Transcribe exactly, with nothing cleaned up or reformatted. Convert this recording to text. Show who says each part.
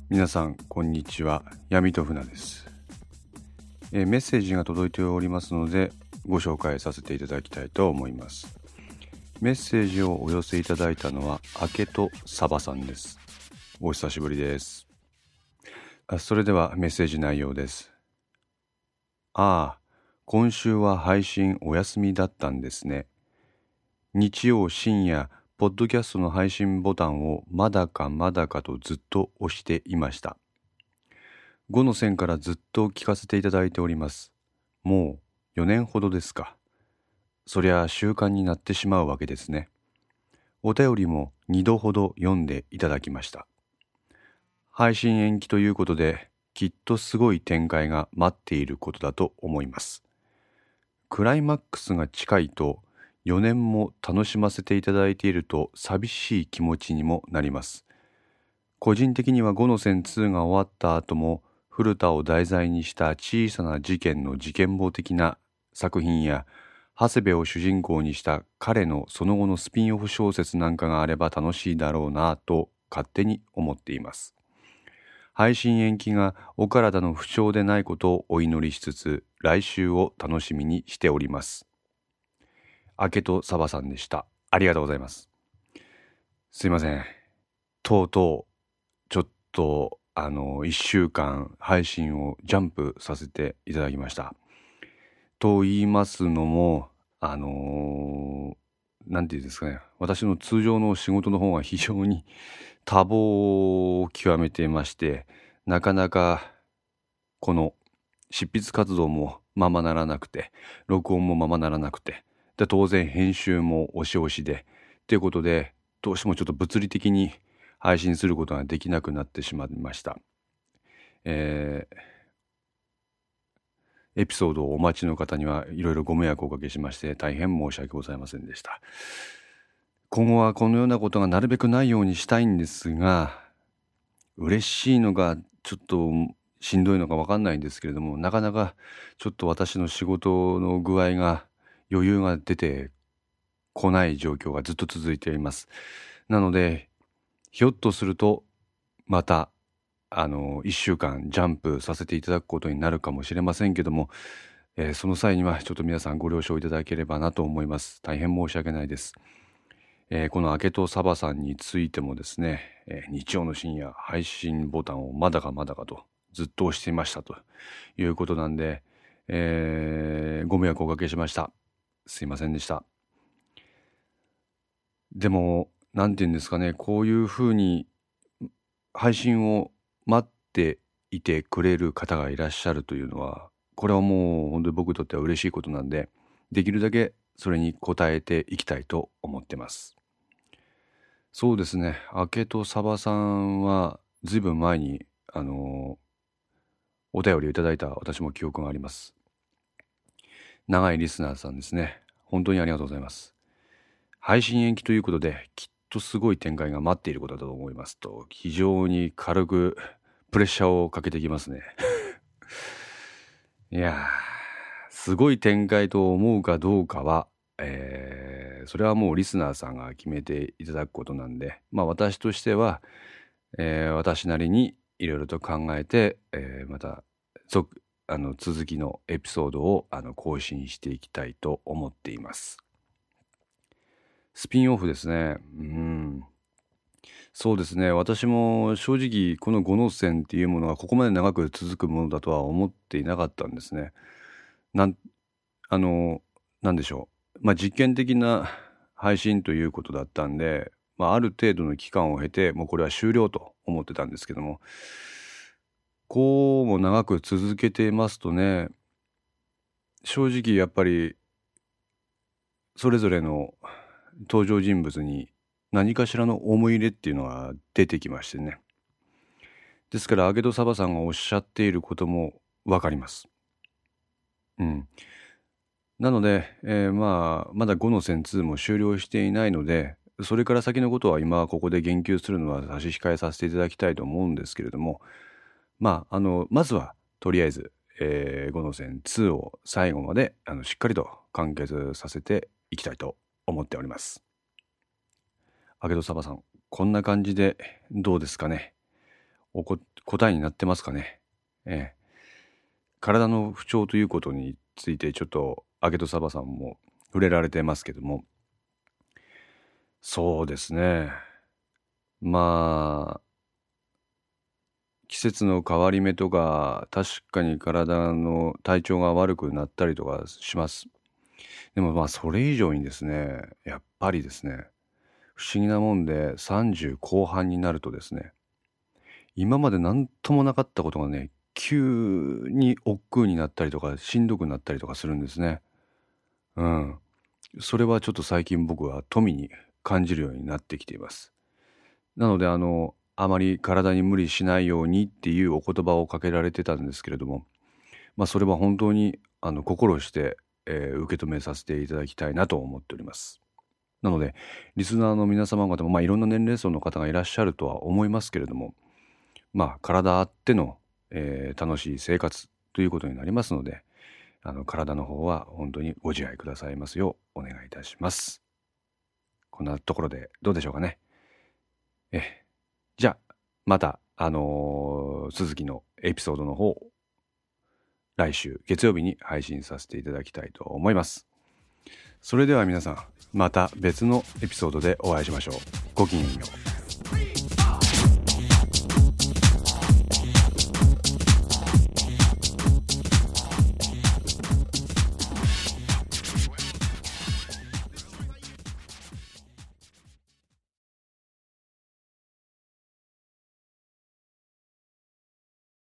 Speaker 1: 皆さんこんにちは、闇と船です。えーメッセージが届いておりますのでご紹介させていただきたいと思います。メッセージをお寄せいただいたのは明けとサバさんです。お久しぶりです。あそれではメッセージ内容です。ああ、今週は配信お休みだったんですね。日曜深夜ポッドキャストの配信ボタンをまだかまだかとずっと押していました。ごの線からずっと聞かせていただいております。もうよねんほどですか。そりゃ習慣になってしまうわけですね。お便りもにどほど読んでいただきました。配信延期ということで、きっとすごい展開が待っていることだと思います。クライマックスが近いと、よねんも楽しませていただいていると寂しい気持ちにもなります。個人的にはごの線にが終わった後も、古田を題材にした小さな事件の事件簿的な作品や、長谷部を主人公にした彼のその後のスピンオフ小説なんかがあれば楽しいだろうなと勝手に思っています。配信延期がお体の不調でないことをお祈りしつつ、来週を楽しみにしております。明けとサバさんでした。ありがとうございます。すいません。とうとうちょっとあのいっしゅうかん配信をジャンプさせていただきました。と言いますのも、あのーなんていうんですかね、私の通常の仕事の方が非常に多忙を極めていまして、なかなかこの執筆活動もままならなくて、録音もままならなくて、で当然編集も押し押しで、ということで、どうしてもちょっと物理的に配信することができなくなってしまいました。えーエピソードをお待ちの方にはいろいろご迷惑をおかけしまして大変申し訳ございませんでした。今後はこのようなことがなるべくないようにしたいんですが、嬉しいのがちょっとしんどいのか分かんないんですけれども、なかなかちょっと私の仕事の具合が余裕が出てこない状況がずっと続いています。なのでひょっとするとまたあのいっしゅうかんジャンプさせていただくことになるかもしれませんけども、えーその際にはちょっと皆さんご了承いただければなと思います。大変申し訳ないです。えーこの明けとサバさんについてもですね、えー日曜の深夜配信ボタンをまだかまだかとずっと押していましたということなんで、えーご迷惑をおかけしました。すいませんでした。でもなんて言うんですかね、こういうふうに配信を待っていてくれる方がいらっしゃるというのは、これはもう本当に僕にとっては嬉しいことなんで、できるだけそれに応えていきたいと思ってます。そうですね、明けとサバさんはずいぶん前にあのお便りをいただいた私も記憶があります。長いリスナーさんですね。本当にありがとうございます。配信延期ということできっとすごい展開が待っていることだと思いますと、非常に軽くプレッシャーをかけてきますね。いやー、すごい展開と思うかどうかは、えーそれはもうリスナーさんが決めていただくことなんで、まあ私としては、えー私なりにいろいろと考えて、えーまた続あの続きのエピソードをあの更新していきたいと思っています。スピンオフですね。うん。そうですね。私も正直この五能線っていうものがここまで長く続くものだとは思っていなかったんですね。なんあのなんでしょう。まあ実験的な配信ということだったんで、まあある程度の期間を経てもうこれは終了と思ってたんですけども、こうも長く続けてますとね、正直やっぱりそれぞれの登場人物に何かしらの思い入れっていうのが出てきましてね。ですからアゲドサバさんがおっしゃっていることもわかります。うん。なので、えーまあまだごの線にも終了していないので、それから先のことは今ここで言及するのは差し控えさせていただきたいと思うんですけれども、まああのまずはとりあえず、えー、ごの線にを最後まであのしっかりと完結させていきたいと思っております。アゲドサバさん、こんな感じでどうですかね。 おこ答えになってますかね。ええ、体の不調ということについてちょっとアゲとサバさんも触れられてますけども、そうですね。まあ季節の変わり目とか確かに体の体調が悪くなったりとかします。でもまあそれ以上にですね、やっぱりですね、不思議なもんでさんじゅう後半になるとですね、今まで何ともなかったことがね、急に億劫になったりとかしんどくなったりとかするんですね。うん。それはちょっと最近僕は富に感じるようになってきています。なのであのあまり体に無理しないようにっていうお言葉をかけられてたんですけれども、まあそれは本当にあの心して、えー受け止めさせていただきたいなと思っております。なのでリスナーの皆様方も、まあ、いろんな年齢層の方がいらっしゃるとは思いますけれども、まあ体あっての、えー楽しい生活ということになりますので、あの体の方は本当にご自愛くださいますようお願いいたします。こんなところでどうでしょうかね。えじゃあまたあのー続きのエピソードの方来週月曜日に配信させていただきたいと思います。それでは皆さん、また別のエピソードでお会いしましょう。ごきげんよう。